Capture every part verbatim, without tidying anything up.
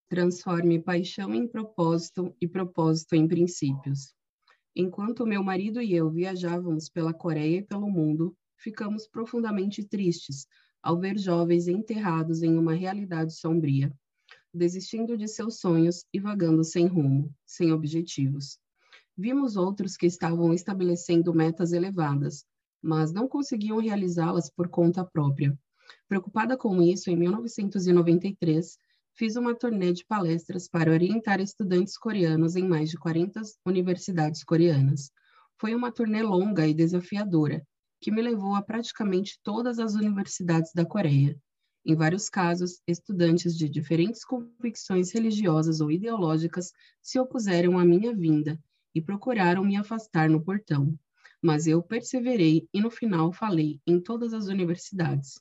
Transforme paixão em propósito e propósito em princípios. Enquanto meu marido e eu viajávamos pela Coreia e pelo mundo, ficamos profundamente tristes ao ver jovens enterrados em uma realidade sombria, desistindo de seus sonhos e vagando sem rumo, sem objetivos. Vimos outros que estavam estabelecendo metas elevadas, mas não conseguiam realizá-las por conta própria. Preocupada com isso, em mil novecentos e noventa e três, fiz uma turnê de palestras para orientar estudantes coreanos em mais de quarenta universidades coreanas. Foi uma turnê longa e desafiadora, que me levou a praticamente todas as universidades da Coreia. Em vários casos, estudantes de diferentes convicções religiosas ou ideológicas se opuseram à minha vinda e procuraram me afastar no portão. Mas eu perseverei e, no final, falei em todas as universidades.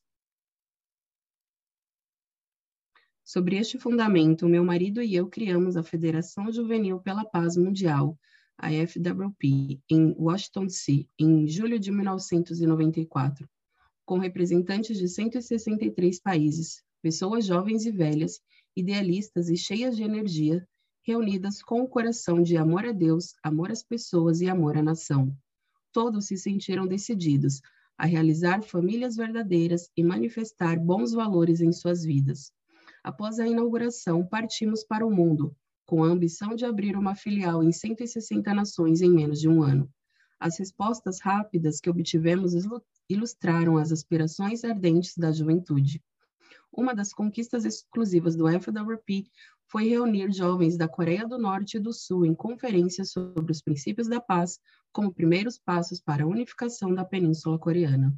Sobre este fundamento, meu marido e eu criamos a Federação Juvenil pela Paz Mundial, a F W P, em Washington, D C, em julho de mil novecentos e noventa e quatro, com representantes de cento e sessenta e três países, pessoas jovens e velhas, idealistas e cheias de energia, reunidas com o coração de amor a Deus, amor às pessoas e amor à nação. Todos se sentiram decididos a realizar famílias verdadeiras e manifestar bons valores em suas vidas. Após a inauguração, partimos para o mundo, com a ambição de abrir uma filial em cento e sessenta nações em menos de um ano. As respostas rápidas que obtivemos ilustraram as aspirações ardentes da juventude. Uma das conquistas exclusivas do F W P foi reunir jovens da Coreia do Norte e do Sul em conferências sobre os princípios da paz como primeiros passos para a unificação da Península Coreana.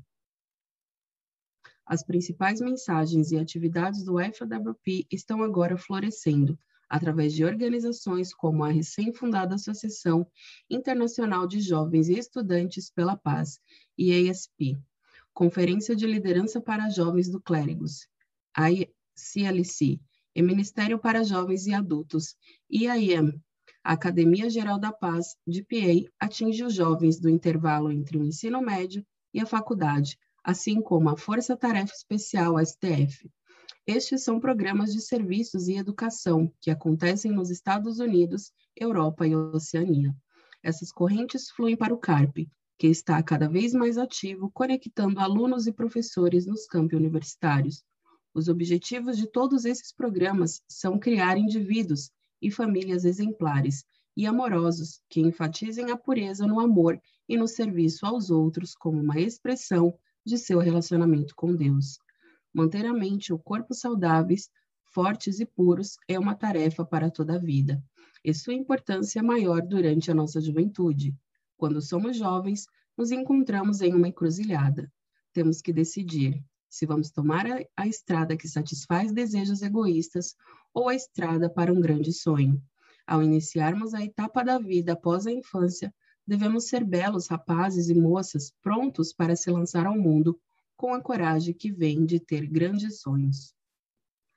As principais mensagens e atividades do F W P estão agora florescendo, através de organizações como a recém-fundada Associação Internacional de Jovens e Estudantes pela Paz, I A S P, Conferência de Liderança para Jovens do Clérigos, I C L C, e Ministério para Jovens e Adultos, I A M. A Academia Geral da Paz, D P A, atinge os jovens do intervalo entre o ensino médio e a faculdade, assim como a Força Tarefa Especial, S T F. Estes são programas de serviços e educação que acontecem nos Estados Unidos, Europa e Oceania. Essas correntes fluem para o CARP, que está cada vez mais ativo, conectando alunos e professores nos campi universitários. Os objetivos de todos esses programas são criar indivíduos e famílias exemplares e amorosos que enfatizem a pureza no amor e no serviço aos outros como uma expressão de seu relacionamento com Deus. Manter a mente e o corpo saudáveis, fortes e puros é uma tarefa para toda a vida, e sua importância é maior durante a nossa juventude. Quando somos jovens, nos encontramos em uma encruzilhada. Temos que decidir se vamos tomar a, a estrada que satisfaz desejos egoístas ou a estrada para um grande sonho. Ao iniciarmos a etapa da vida após a infância, devemos ser belos rapazes e moças prontos para se lançar ao mundo com a coragem que vem de ter grandes sonhos.